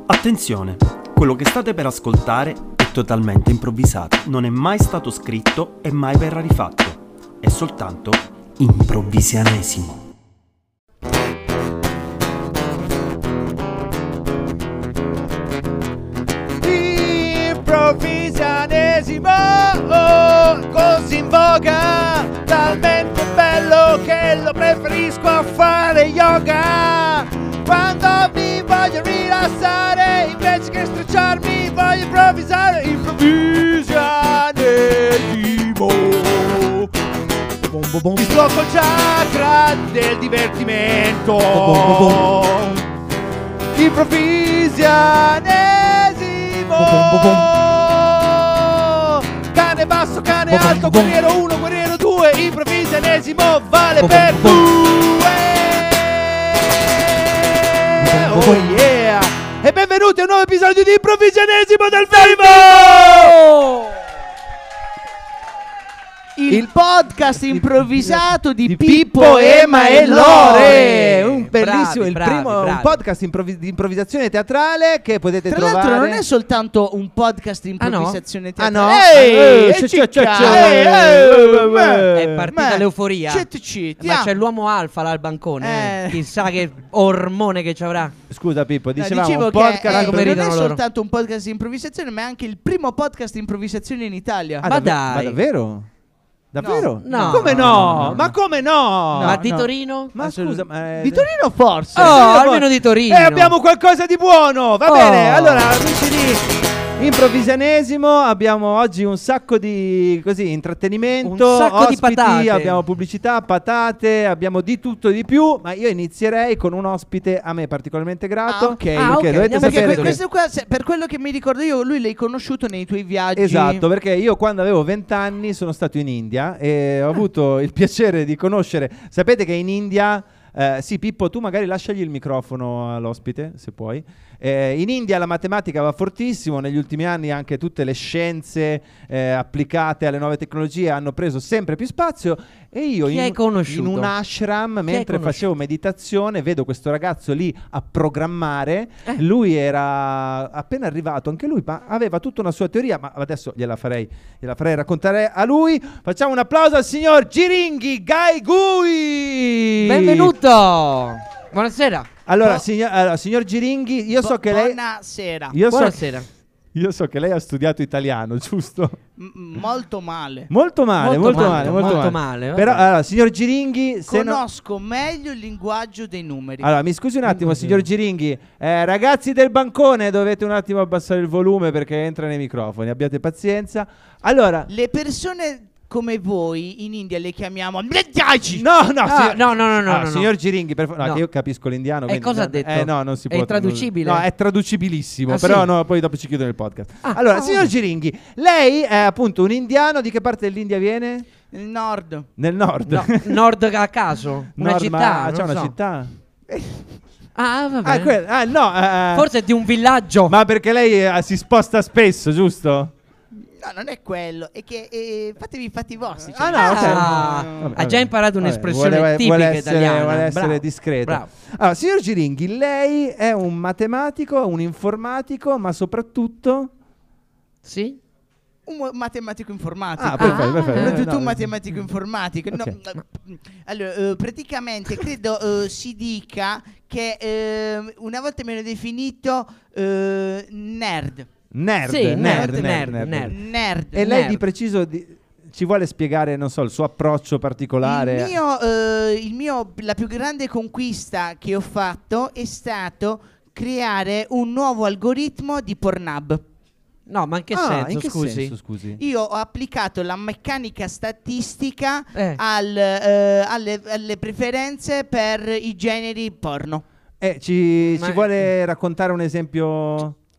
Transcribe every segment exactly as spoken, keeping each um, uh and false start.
Attenzione, quello che state per ascoltare è totalmente improvvisato, non è mai stato scritto e mai verrà rifatto, è soltanto improvvisianesimo. Improvvisianesimo, oh, così in voga, talmente bello che lo preferisco a fare yoga. Quando mi voglio rilassare, invece che strecciarmi, voglio improvvisare. Improvvisianesimo. Mi sblocco il chakra del divertimento. Improvvisianesimo. Cane basso, cane alto, guerriero uno, guerriero due. Improvvisianesimo vale per due. Oh yeah! E benvenuti a un nuovo episodio di Improvvisianesimo dal vivo! Il podcast improvvisato di, di Pippo, Ema e Lore. Un bellissimo, Bravi, il bravi, primo bravi. un podcast improvvi- di improvvisazione teatrale che potete Tra trovare. l'altro non è soltanto un podcast di improvvisazione Ah no? teatrale. Ehi, eh, c'è- cicca, c'è- c'è- eh, eh, eh, È partita ma- l'euforia. Cit, cit, Ma yeah. c'è l'uomo alfa là al bancone. Eh. Chissà che ormone che ci avrà. Scusa Pippo, No, dicevamo dicevo un che podcast eh, come non è ridono loro. soltanto un podcast di improvvisazione, ma è anche il primo podcast di improvvisazione in Italia. Ah, Ma davve- dai. Ma davvero? Davvero? No. No. Come no? No, no. Ma come no? Ma no. di Torino? Ma scusa, ma eh, Di Torino forse. Oh, Torino almeno buono. di Torino. E abbiamo qualcosa di buono, va Oh. bene. Allora, amici di Improvvisianesimo, abbiamo oggi un sacco di così intrattenimento, Un sacco di ospiti, patate. abbiamo pubblicità, patate, abbiamo di tutto e di più, ma io inizierei con un ospite a me particolarmente grato. Ah, ok. Perché Ah, ok, dovete andiamo Perché sapere que- che questo qua, se- per quello che mi ricordo io, lui l'hai conosciuto nei tuoi viaggi. Esatto, perché io quando avevo venti anni sono stato in India e ho avuto il piacere di conoscere. Sapete che in India, eh, sì Pippo, tu magari lasciagli il microfono all'ospite, se puoi. Eh, in India la matematica va fortissimo, negli ultimi anni anche tutte le scienze eh, applicate alle nuove tecnologie hanno preso sempre più spazio e io Chi in, hai conosciuto? in un ashram, hai mentre conosciuto? facevo meditazione, vedo questo ragazzo lì a programmare. Eh. Lui era appena arrivato, anche lui, ma aveva tutta una sua teoria, ma adesso gliela farei, gliela farei raccontare a lui. Facciamo un applauso al signor Giringhi Gaigui. Benvenuto. Buonasera. Allora, Bo- signor, allora, signor Giringhi, io so Bo- che lei Buonasera. io so, Buonasera. io so che lei ha studiato italiano, giusto? M- molto male. Molto male, molto, Molto male, male, molto, molto male. male, Però vabbè. allora, signor Giringhi, se no- Conosco meglio il linguaggio dei numeri. Allora, mi scusi un attimo, signor Giringhi. Eh, ragazzi del bancone, dovete un attimo abbassare il volume perché entra nei microfoni. Abbiate pazienza. Allora, Le persone come voi in India le chiamiamo no, no, Ah, signor- no, no, no, no, Ah, no, signor Giringhi, per favore, no, No. che io capisco l'indiano. E quindi- cosa ha detto? Eh, no, non si È può. traducibile? No, è traducibilissimo. Ah, però sì? no, poi dopo ci chiudono il podcast. Ah, allora, ah, signor vabbè. Giringhi, lei è appunto un indiano. Di che parte dell'India viene? Il nord. Nel nord. No, nord a caso. Una Nord, città. ma non c'è una so. città? Ah, vabbè. Ah, que- ah, no. eh, Forse è di un villaggio. Ma perché lei eh, si sposta spesso, giusto? No, non è quello. È che eh, fatevi i fatti vostri. Ah, cioè. no, ok. Ah, Vabbè, ha già vabbè. imparato Vabbè, un'espressione vuole- tipica vuole essere, italiana. Vuole essere Bravo, discreto. bravo. Allora, signor Giringhi, lei è un matematico, un informatico, ma soprattutto... Sì? Un mo- matematico informatico. Ah, perfetto, Ah, perfetto. Non Eh, tu no, un matematico informatico. No, Ok. eh, allora, eh, praticamente credo eh, si dica che eh, una volta mi hanno definito eh, nerd. Nerd, Sì, nerd, nerd, nerd, nerd, nerd. Nerd. E lei Nerd. di preciso di- ci vuole spiegare, non so, il suo approccio particolare? Il mio, eh, il mio, la più grande conquista che ho fatto è stato creare un nuovo algoritmo di Pornhub. No, ma in che Ah, senso, in che scusi? senso, scusi? Io ho applicato la meccanica statistica Eh. al, eh, alle, alle preferenze per i generi porno. Eh, ci, Ma- ci vuole raccontare un esempio?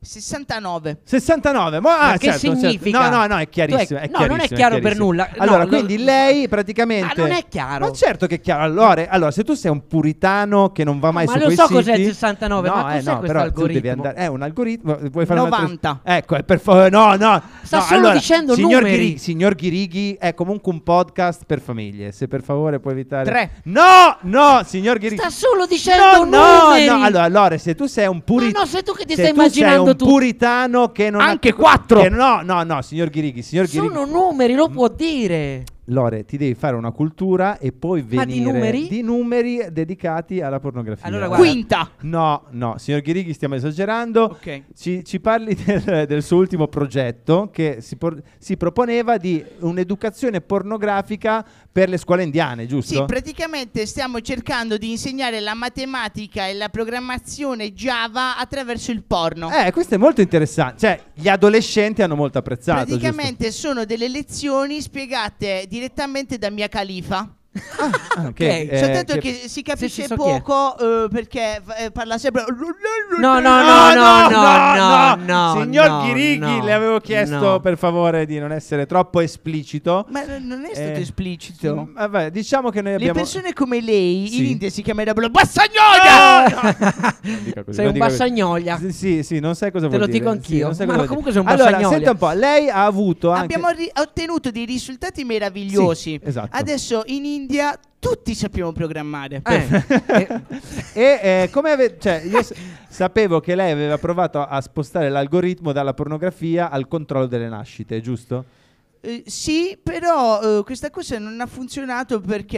sessantanove. sessantanove. Ma, Ma ah, che certo, significa? certo. No, no, no, è chiarissimo. Tu è- è no, non è chiarissimo, chiaro per chiarissimo. nulla. No, Allora, lo- quindi lei praticamente. Ma non è chiaro. Ma certo che è chiaro. Allora, allora, se tu sei un puritano che non va mai ma su lo quei so siti, cos'è il sessantanove, no, ma eh, cos'è no, questo però tu devi algoritmo? andare. È un algoritmo. Vuoi fare novanta. Un'altra... Ecco, è per favore. No, no. Sta no, solo allora, dicendo signor numeri. Ghirighi, signor Ghirighi è comunque un podcast per famiglie. Se per favore puoi evitare. Tre. No, no, signor Ghirighi. Sta solo dicendo No, numeri. no, no. Allora, allora, se tu sei un puritano. Ma no, sei tu che ti se stai tu immaginando sei un tu. puritano che non Anche ha... quattro. che no, no, no, signor Ghirighi, signor Ghirighi. Sono numeri, lo può dire. Lore, ti devi fare una cultura e poi Ma venire di numeri? di numeri dedicati alla pornografia. Allora, guarda. Quinta. No, no, signor Ghirighi, stiamo esagerando. Ok. Ci, ci parli del, del suo ultimo progetto che si, por- si proponeva di un'educazione pornografica per le scuole indiane, giusto? Sì, praticamente stiamo cercando di insegnare la matematica e la programmazione Java attraverso il porno. Eh, questo è molto interessante. Cioè, gli adolescenti hanno molto apprezzato. Praticamente sono delle lezioni spiegate direttamente da Mia Khalifa. giusto? Ah, Ok. che, eh, Soltanto che- che, si capisce sì, so chi è. poco eh, perché eh, parla sempre. No, no, no, no, no, no, no. Signor no, Ghirighi, no, le avevo chiesto no. per favore di non essere troppo esplicito. Ma n- non è stato Eh, esplicito. Mm, Vabbè, diciamo che noi Le abbiamo. persone come lei Sì. in India si chiamerebbero Bassagnoia! Non dica così, Sei non un dica così. bassagnoia. Sì, sì, sì, non sai cosa Te vuol lo dire. dico anch'io. Sì, non sai Ma cosa vuol comunque dire. sei un Allora, bassagnoia. senta un po', lei ha avuto anche. Abbiamo ri- ottenuto dei risultati meravigliosi. Sì, esatto. Adesso in India tutti sappiamo programmare. Eh, eh, E eh, come ave- cioè, io s- sapevo che lei aveva provato a spostare l'algoritmo dalla pornografia al controllo delle nascite, giusto? Eh, sì, però eh, questa cosa non ha funzionato perché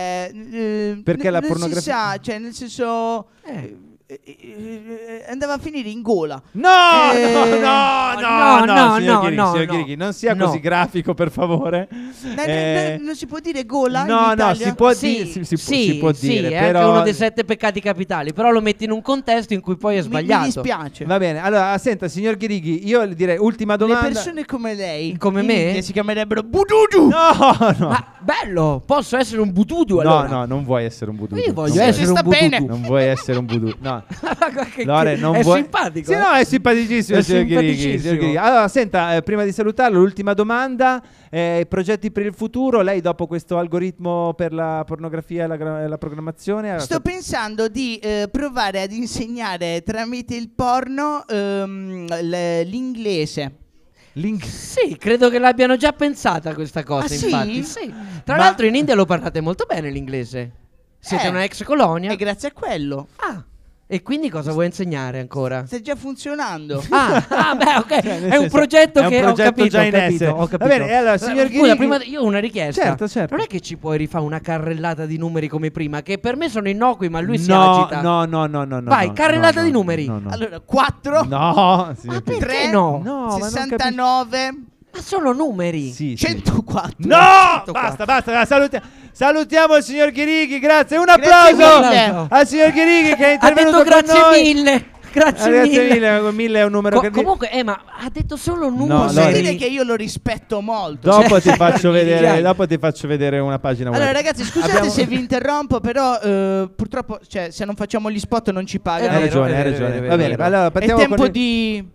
eh, Perché n- la non pornografia- si sa, cioè nel senso eh. eh, eh, eh, andava a finire in gola. No, Eh, no, no, no, no, no, no, signor no, Ghirighi, no, signor no. Ghirighi, non sia No. così grafico, per favore. No, Eh, no, non si può dire gola in no, no, Italia? si può, Sì, dire, si, si può- sì, si può sì, dire, è però anche uno dei sette peccati capitali, però lo metti in un contesto in cui poi è Mi- sbagliato. Mi, dispiace. Va bene, allora senta, signor Ghirighi, io le direi ultima domanda. Le persone come lei, Come in me? India si chiamerebbero bududu. No, no. Ma bello, posso essere un butudu No, allora? no, non vuoi essere un voodoo. Io voglio Non essere Ci un sta bene. butudu. Non vuoi essere un voodoo. No. Che- Lore, che- non è vuoi... simpatico. Sì, eh? no, è simpaticissimo, È signor Ghirighi, simpaticissimo. signor Ghirighi. Allora, senta, eh, prima di salutarlo, l'ultima domanda. Eh, progetti per il futuro? Lei dopo questo algoritmo per la pornografia e la, gra- e la programmazione? ha- Sto pensando di eh, provare ad insegnare tramite il porno ehm, l- l'inglese. Link- Sì, credo che l'abbiano già pensata questa cosa, Ah, sì? infatti. Sì. Tra Ma- l'altro in India lo parlate molto bene l'inglese. Siete Eh, una ex colonia. E grazie a quello Ah, e quindi cosa vuoi insegnare ancora? sta già funzionando. Ah, ah, beh, ok. Cioè, nel è un senso, progetto è un che progetto ho capito, già ho in capito, essere. ho Va capito. bene, e allora, Eh, signor scusa, Ghirighi- prima io ho una richiesta. Certo, certo. Non è che ci puoi rifare una carrellata di numeri come prima, che per me sono innocui, ma lui si no, agita. no, no, no, no, no. Vai, no, carrellata no, di no, numeri. No, no. Allora, quattro, No, signor Ma Ghirighi. perché tre, no? No, ma non sessantanove, Ma sono numeri. Sì, sì. centoquattro. No, centoquattro. basta, basta, saluti- salutiamo il signor Ghirighi, grazie, un Grazie applauso mille. al signor Ghirighi che è Ha intervenuto detto con grazie noi. mille. Grazie, Eh, grazie mille. mille, mille è un numero Co- che comunque, eh, ma ha detto solo No, numeri. Posso Lore. dire che io lo rispetto molto. dopo Cioè, ti faccio mi vedere, dirai. dopo ti faccio vedere una pagina web. Allora ragazzi, scusate Abbiamo- se vi interrompo, però eh, purtroppo cioè, se non facciamo gli spot non ci È pagano. Hai vero, ragione, è hai vero, ragione. è vero, Va è bene, vero. allora È partiamo tempo con il- di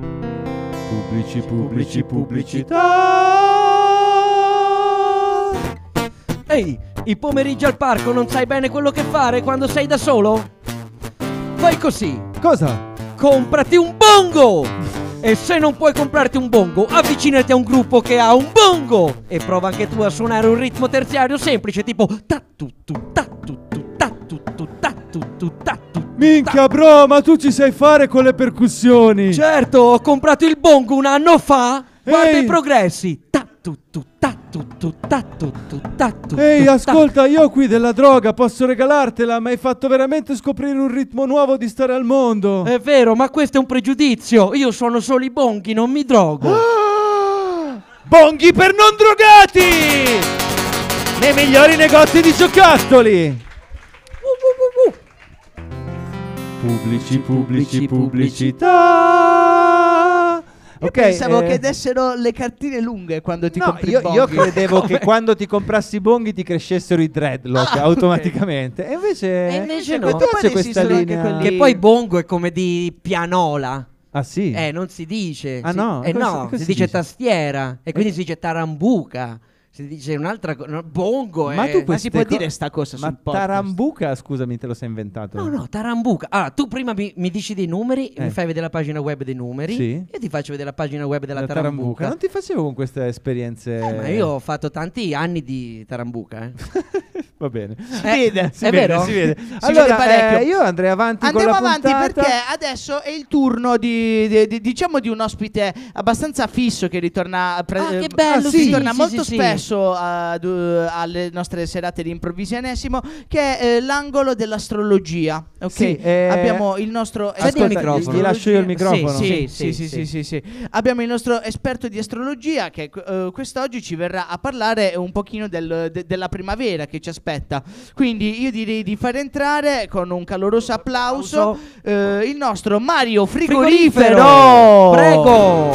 pubblici, pubblici, pubblicità. Ehi, i pomeriggi al parco non sai bene quello che fare quando sei da solo? Fai così, Cosa? comprati un bongo! E se non puoi comprarti un bongo, avvicinati a un gruppo che ha un bongo! E prova anche tu a suonare un ritmo terziario semplice tipo ta tu tu ta tu tu ta tu tu ta tu tu ta tu. Minchia bro, ma tu ci sai fare con le percussioni. Certo, ho comprato il bongo un anno fa! Guarda Ehi. i progressi! Ta tu tu ta tu tu ta tu tu ta tu Ehi, tu, ta. ascolta, io ho qui della droga, posso regalartela, ma hai fatto veramente scoprire un ritmo nuovo di stare al mondo. È vero, ma questo è un pregiudizio. Io suono solo i bonghi, non mi drogo. Ah! Bonghi per non drogati! Nei migliori negozi di giocattoli. Pubblici, pubblici, pubblicità. Io Ok, pensavo eh, che dessero le cartine lunghe quando ti no, compri io, il io bonghi. credevo Come? che quando ti comprassi i bonghi ti crescessero i dreadlock Ah, automaticamente. E invece, E invece no. mi piace Poi questa esistono anche linea. quelli- Che poi bongo è come di pianola. Ah sì? Eh, non si dice. Ah, si, no? Eh Cosa- no, cosa si, si dice, dice? tastiera e quindi si dice tarambuca. Si dice un'altra cosa, bongo. Ma eh. tu Ma queste si può co- dire sta cosa Ma sul podcast? Tarambuca, scusami, te lo sei inventato? No, no, tarambuca. Allora, tu prima mi, mi dici dei numeri, Eh. mi fai vedere la pagina web dei numeri. Sì. Io ti faccio vedere la pagina web della La tarambuca. Non ti facevo con queste esperienze? Eh, ma io ho fatto tanti anni di tarambuca, eh. Va bene. Si vede. Si È vede, vero? si vede. Si allora, vede parecchio. eh, io andrei avanti Andiamo con la avanti puntata. perché adesso è il turno di, di- di- diciamo di un ospite abbastanza fisso che ritorna pre- Ah, che eh, bello, sì, sì, ritorna sì, molto sì, sì. spesso ad, uh, alle nostre serate di improvvisionesimo, che è eh, l'angolo dell'astrologia. Ok, Sì, eh, abbiamo il nostro Cedi il microfono. Gli lascio io il microfono. Sì, Sì, sì, sì, sì, sì, sì. sì, sì. Abbiamo il nostro esperto di astrologia che eh, quest'oggi ci verrà a parlare un pochino del- de- della primavera che ci aspetta. Quindi io direi di far entrare con un caloroso applauso eh, il nostro Mario Frigorifero. Prego.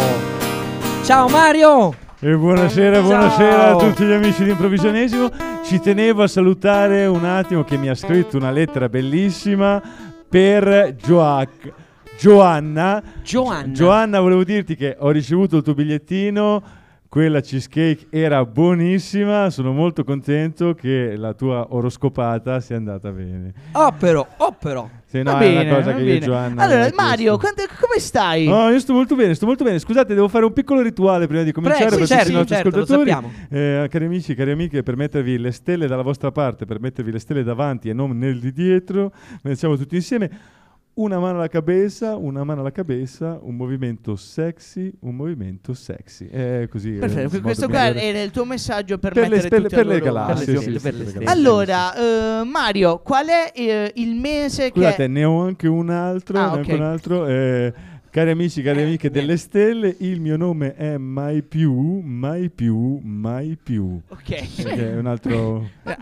Ciao Mario. E buonasera, Ciao. buonasera a tutti gli amici di Improvvisionesimo. Ci tenevo a salutare un attimo che mi ha scritto una lettera bellissima per Joac. Giovanna. Giovanna. Giovanna, volevo dirti che ho ricevuto il tuo bigliettino. Quella cheesecake era buonissima. Sono molto contento che la tua oroscopata sia andata bene. Oh però, oh però. Se no, Va è bene, una cosa va che io bene. e Giovanna. Allora, abbiamo Mario, chiesto. quante- come stai? No, io sto molto bene, sto molto bene. Scusate, devo fare un piccolo rituale prima di cominciare Prego, per certo, tutti i nostri certo, lo ascoltatori. sappiamo. Eh, cari amici, cari amiche, per mettervi le stelle dalla vostra parte, per mettervi le stelle davanti e non nel di dietro, ne facciamo tutti insieme. Una mano alla cabeza, una mano alla cabeza, un movimento sexy, un movimento sexy. Eh, così. eh, Perfetto, in questo modo qua migliore. era il tuo messaggio per, Per le mettere stelle- tutti per a le loro galassie, agio. sì, sì, per le sì, stelle. sì. Allora, eh, Mario, qual è eh, il mese Scusate, che... ne ho anche un altro, Ah, ne ho anche ok. un altro. eh, cari amici, cari Eh, amiche niente. delle stelle, il mio nome è mai più, mai più, mai più. Ok. Che è un altro... Eh,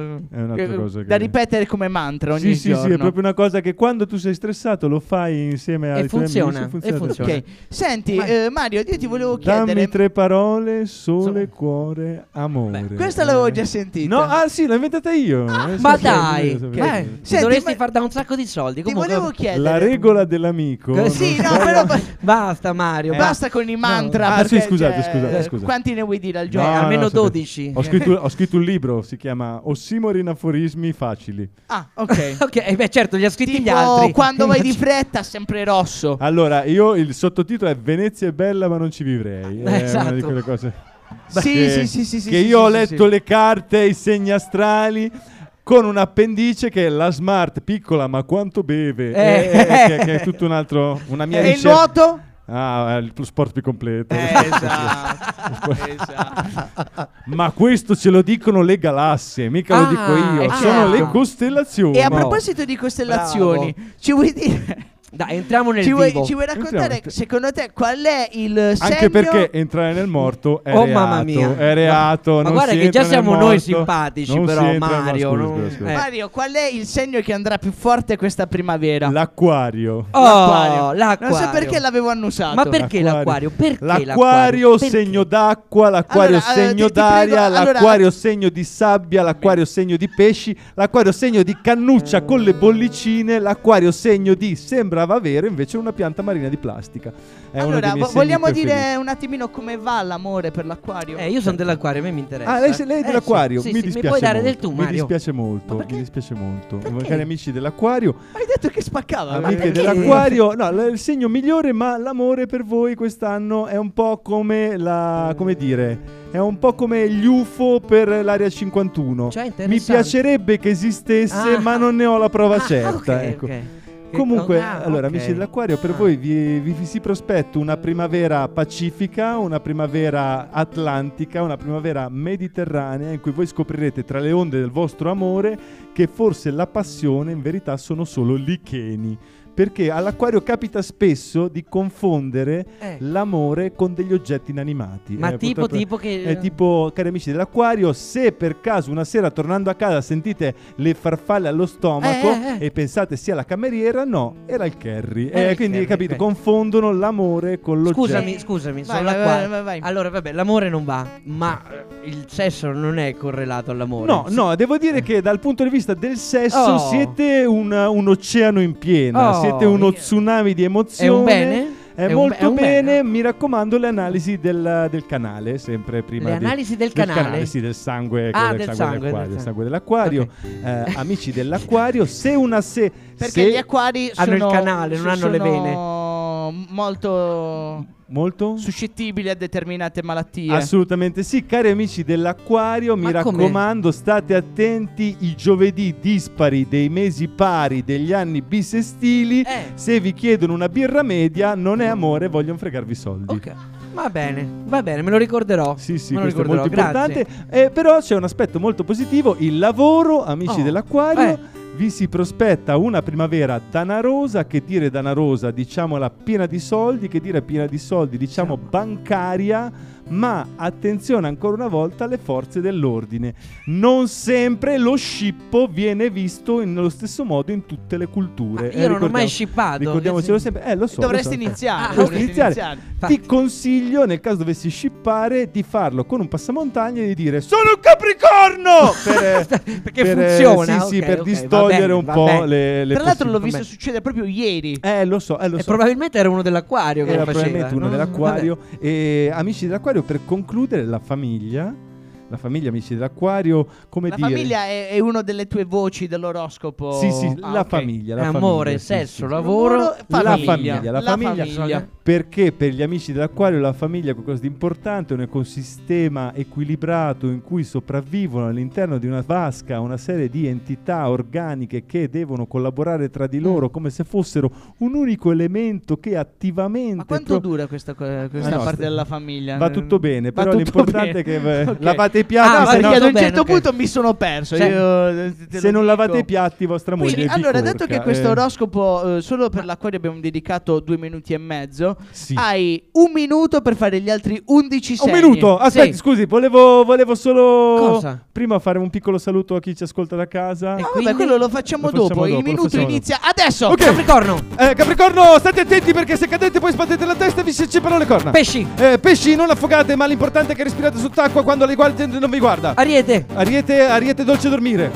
È un'altra eh, cosa che- da ripetere come mantra ogni Sì, sì, giorno. sì, è proprio una cosa che quando tu sei stressato lo fai insieme ai tuoi funziona, amici. e funziona. Ok, senti Vai. eh, Mario, io ti volevo chiedere. Dammi tre parole, sole, Insomma. cuore, amore. Beh, Questa l'avevo già sentita. No, ah sì, l'ho inventata io. Eh, Ma sì, dai, sì, sì, sì, eh, sì. ti Senti, dovresti ma- far da un sacco di soldi. Ti Comunque, volevo chiedere. La regola dell'amico. Eh, Sì, non no, sbaglia- però basta Mario, basta. basta con i mantra. Ah, perché, sì, scusate, cioè, scusate, eh, scusate. Quanti ne vuoi dire al Eh, giorno? No, almeno no, sapete. dodici. Ho scritto, ho scritto un libro, si chiama Ossimori in aforismi facili. Ah, ok. Ok, eh, beh certo, li ha scritti Tipo, gli altri. quando vai di fretta, sempre rosso. Allora, io il sottotitolo è Venezia è bella ma non ci vivrei. È una Esatto. di quelle cose Sì, che, sì, sì, sì, sì, che sì, io sì, ho sì, letto sì. le carte, i segni astrali con un appendice che è la smart piccola ma quanto beve. Eh. Eh, eh, che, che è tutto un altro, una mia E il ricerca. nuoto? Ah, è il sport più completo. Eh, esatto. esatto. Ma questo ce lo dicono le galassie, mica Ah, lo dico io. eh, Sono certo. le costellazioni. E a No. proposito di costellazioni, ci vuoi dire? Dai, entriamo nel Ci vuoi, vivo. ci vuoi raccontare, Entriamo. secondo te, qual è il segno? Anche perché entrare nel morto è Oh, reato. mamma mia. È reato. Ma non guarda si che entra già nel siamo noi morto, simpatici, non però, si entra- no, Mario, scusa, non- scusa, scusa. eh. Mario, qual è il segno che andrà più forte questa primavera? L'acquario. Oh, L'acquario. l'acquario. Non so perché l'avevo annusato. Ma perché l'acquario? Perché L'acquario Perché? segno d'acqua, l'acquario Allora, eh, segno ti- ti d'aria, prego, allora- l'acquario segno di sabbia, l'acquario segno di pesci, l'acquario segno di cannuccia con le bollicine, l'acquario segno di sembrava vero invece una pianta marina di plastica. È uno Allora, dei miei vo- segni vogliamo preferiti. dire un attimino come va l'amore per l'acquario? Eh, io sono dell'acquario, a me mi interessa. Ah, lei, lei è Eh, dell'acquario? sì, mi sì, sì, dispiace mi puoi dare molto. del tu, Mi Mario? dispiace Ma molto, perché? mi dispiace molto. Perché? Cari amici dell'acquario, Hai detto che spaccava. amiche perché? dell'acquario, no, l- il segno migliore, ma l'amore per voi quest'anno è un po' come la, come dire, è un po' come gli U F O per l'area cinquantuno. Cioè, Mi interessante. piacerebbe che esistesse, Ah. ma non ne ho la prova Ah, certa. ok, ecco. ok. Che- Comunque, ah, allora, ok. amici dell'acquario, per Ah. voi vi, vi- vi si prospetta una primavera pacifica, una primavera atlantica, una primavera mediterranea in cui voi scoprirete tra le onde del vostro amore che forse la passione in verità sono solo licheni. Perché all'acquario capita spesso di confondere Eh. l'amore con degli oggetti inanimati. Ma Eh, tipo, purtroppo tipo che... È tipo, cari amici dell'acquario, se per caso una sera tornando a casa sentite le farfalle allo stomaco Eh, eh, eh. e pensate sia la cameriera, no, era il curry. Era Eh, il quindi, curry, capito, ok. confondono l'amore con l'oggetto. Scusami, scusami, Vai, sono vai, l'acquario. vai, vai, vai. Allora, vabbè, l'amore non va, ma eh, il sesso non è correlato all'amore. No, Sì. no, devo dire che dal punto di vista del sesso Oh. siete un, un oceano in piena, Oh, siete uno io- tsunami di È emozione. un bene? è, È un- molto è un bene. mega. Mi raccomando le analisi del, del canale, sempre prima Le di- analisi del canale? sì, del sangue, Ah, del del sangue sangue, dell'acquario, del il sangue. sangue dell'acquario. Eh, amici dell'acquario, se una se Perché se- gli acquari Hanno il sono, canale, non hanno le vene. sono molto molto suscettibili a determinate malattie. Assolutamente sì, cari amici dell'acquario, mi Ma com'è? raccomando, state attenti, i giovedì dispari dei mesi pari degli anni bisestili, Eh. se vi chiedono una birra media non è amore, vogliono fregarvi i soldi. Ok, va bene, va bene, me lo ricorderò. Sì, sì, me lo questo è ricorderò. molto Grazie. importante. Eh, però c'è un aspetto molto positivo, il lavoro, amici Oh, dell'acquario. eh. Vi si prospetta una primavera danarosa, che dire danarosa, diciamola piena di soldi, che dire piena di soldi, diciamo bancaria, ma attenzione ancora una volta alle forze dell'ordine. Non sempre lo scippo viene visto in- nello stesso modo in tutte le culture. Ah, io non ho mai scippato, Ricordiamocelo nel sempre. Eh, lo so. Dovresti lo so. iniziare. Ah, Dovresti dovresti iniziare. iniziare. Ti consiglio, nel caso dovessi scippare, di farlo con un passamontagna e di dire sono un capricorno! Per, Perché per, eh, funziona, Sì, sì, ok, per ok, distogliere va bene, un va po' bene. le, le Tra l'altro l'ho possibilità. visto succedere proprio ieri. Eh, lo so, eh, lo E so. probabilmente era uno dell'acquario che Era lo faceva. probabilmente uno no? dell'acquario. E amici dell'acquario, per concludere, la famiglia. La famiglia, amici dell'acquario, come La dire. famiglia è, è una delle tue voci dell'oroscopo. Sì, sì, Ah, la ok. famiglia. La È amore, famiglia, sì, sesso, sì. lavoro, Lavoro, La famiglia. famiglia, la La famiglia, famiglia. perché per gli amici dell'acquario la famiglia è qualcosa di importante, è un ecosistema equilibrato in cui sopravvivono all'interno di una vasca una serie di entità organiche che devono collaborare tra di loro come se fossero un unico elemento che attivamente Ma quanto pro- dura questa, questa Ah, no, parte sta- della famiglia? va tutto bene, Va però tutto l'importante bene. è che eh, Ok. lavate i piatti, Ah, No, se perché no- ad un bene, certo ok. punto mi sono perso. Cioè, io, te se lo non dico. lavate i piatti vostra moglie Quindi, vi allora, dato corca, che questo eh. oroscopo eh, solo per l'acquario abbiamo dedicato due minuti e mezzo, Sì. hai un minuto per fare gli altri undici Un segni. minuto, aspetti, Sì. scusi, volevo, volevo solo Cosa? prima fare un piccolo saluto a chi ci ascolta da casa. E No, quindi- vabbè, quello lo facciamo Lo facciamo dopo. Il dopo, lo minuto facciamo inizia adesso. Ok. Capricorno, Eh, Capricorno, state attenti perché se cadete poi sbattete la testa e vi si acceppano le corna. pesci, Eh, pesci, non affogate, ma l'importante è che respirate sott'acqua quando la gente non vi guarda. ariete, Ariete, ariete dolce dormire.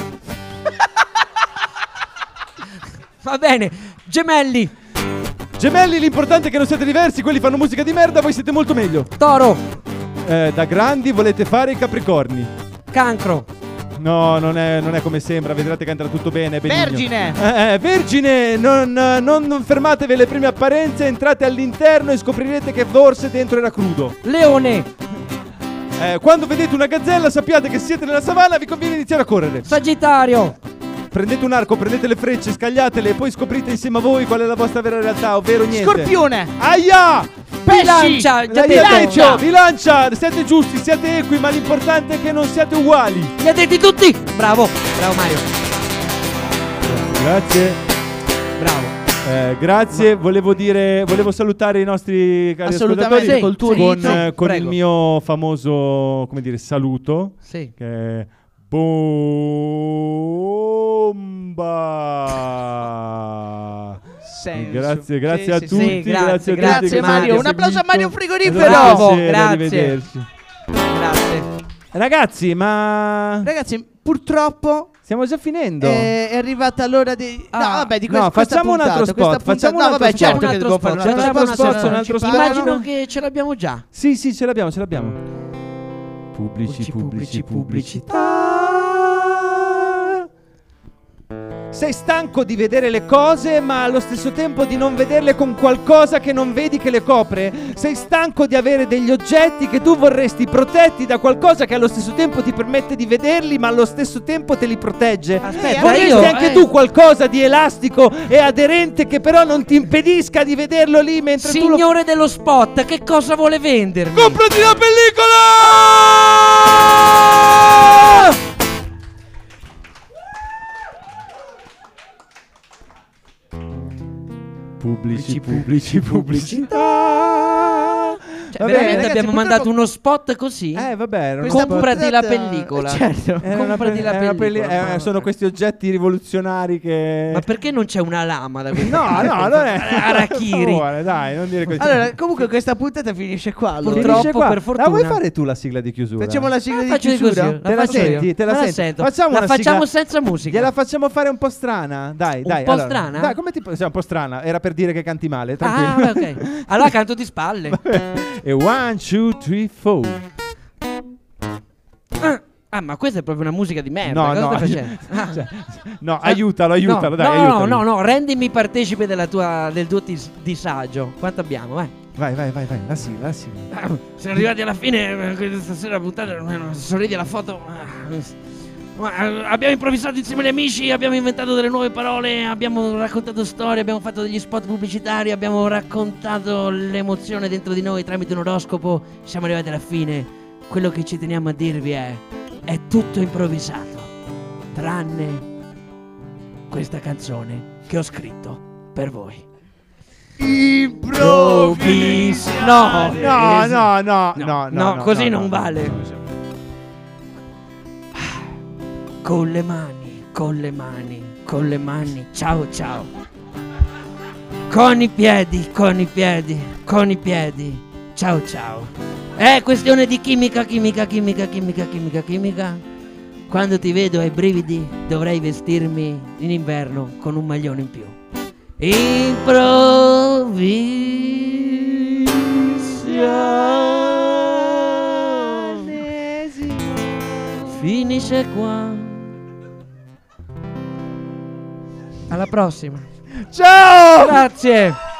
va bene, gemelli, Gemelli, l'importante è che non siete diversi, quelli fanno musica di merda, voi siete molto meglio. toro, Eh, da grandi volete fare i capricorni. cancro, No, non è, non è come sembra, vedrete che andrà tutto bene. è benigno. Vergine. Eh, eh, Vergine, non, non, non fermatevi alle prime apparenze, entrate all'interno e scoprirete che forse dentro era crudo. leone, Eh, quando vedete una gazzella sappiate che siete nella savana, vi conviene iniziare a correre. sagittario, Prendete un arco, prendete le frecce, scagliatele e poi scoprite insieme a voi qual è la vostra vera realtà, ovvero niente. Scorpione. Aia! bilancia, già L'hai detto. detto, bilancia, siete giusti, siete equi, ma l'importante è che non siate uguali. Li ha detti tutti, bravo, bravo Mario, Grazie. bravo. Eh, grazie, volevo dire, volevo salutare i nostri cari Assolutamente, ascoltatori col tuo con, inizio. eh, con il Prego. mio famoso, come dire, saluto, Sì. che è bomba. Senso. Grazie, grazie Sì, a sì, tutti, sì. Sì, grazie, grazie, a tutti. grazie, che mi Mario. avete Un applauso a Mario seguito. Frigorifero. Bravo, Buonasera, grazie. arrivederci. Grazie. Ragazzi, ma Ragazzi, purtroppo stiamo già finendo. è, è arrivata l'ora di. Ah, no, vabbè, di no, questa, questa facciamo un puntata, altro questa spot, puntata- facciamo un no, altro vabbè, spot. certo Un che altro devo spot, fare un c'è un altro altro spot, spot, se c'è no un non ci altro parlano. Immagino che ce l'abbiamo già. Sì, sì, ce l'abbiamo, ce l'abbiamo. Pubblici, pubblici, pubblicità. Sei stanco di vedere le cose, ma allo stesso tempo di non vederle con qualcosa che non vedi che le copre? Sei stanco di avere degli oggetti che tu vorresti protetti da qualcosa che allo stesso tempo ti permette di vederli, ma allo stesso tempo te li protegge? Aspetta, Vorresti io, anche eh. tu qualcosa di elastico e aderente che però non ti impedisca di vederlo lì mentre tu lo Signore dello spot, che cosa vuole vendermi? comprati la pellicola! Pubblici, pubblici, pubblicità. Cioè, Vabbè, veramente ragazzi, abbiamo purtroppo- mandato uno spot così? Eh, vabbè, era uno Questa spot- Comprati la puntata- pellicola. Certo. era una comprati pe- la era una pelli- pellicola. eh, sono questi oggetti rivoluzionari che... Ma perché non c'è una lama da questa No, parte? no, non è... Arachiri. Per favore, dai, non dire così. Allora, comunque questa puntata finisce qua. allora. Purtroppo, Finisce qua. per fortuna. La vuoi fare tu la sigla di chiusura? Facciamo la sigla La di faccio di chiusura. così, Te la faccio io. senti? Te la Me senti? sento. Facciamo la una facciamo sigla- senza musica. Gliela facciamo fare un po' strana? Dai, Un dai. po' allora. strana? Dai, come ti sì, un po' strana. Era per dire che canti male, Ah, tranquillo. beh, ok. Allora canto di spalle. E one, two, three, four. Ah, ah, ma questa è proprio una musica di merda. No, Cosa no, stai facendo? Ah. cioè, no, aiutalo, aiutalo, no, dai, no, aiutalo. no, no, no, rendimi partecipe della tua, del tuo tis- disagio. Quanto abbiamo, eh? Vai, vai, vai, vai, la sigla, la sigla. Ah, siamo arrivati alla fine. eh, Stasera puntata. eh, Sorridi alla foto. ah, ma, eh, abbiamo improvvisato insieme agli amici, abbiamo inventato delle nuove parole, abbiamo raccontato storie, abbiamo fatto degli spot pubblicitari, abbiamo raccontato l'emozione dentro di noi tramite un oroscopo. Siamo arrivati alla fine. Quello che ci teniamo a dirvi è: è tutto improvvisato, tranne questa canzone che ho scritto per voi. Improvvis. No, No, no, no, No, no, no, no, così no, non no. vale. Con le mani, con le mani, con le mani, ciao ciao. Con i piedi, con i piedi, con i piedi, ciao ciao. È questione di chimica, chimica, chimica, chimica, chimica, chimica. Quando ti vedo ai brividi dovrei vestirmi in inverno con un maglione in più. Improvvisazione finisce qua. Alla prossima. Ciao! Grazie.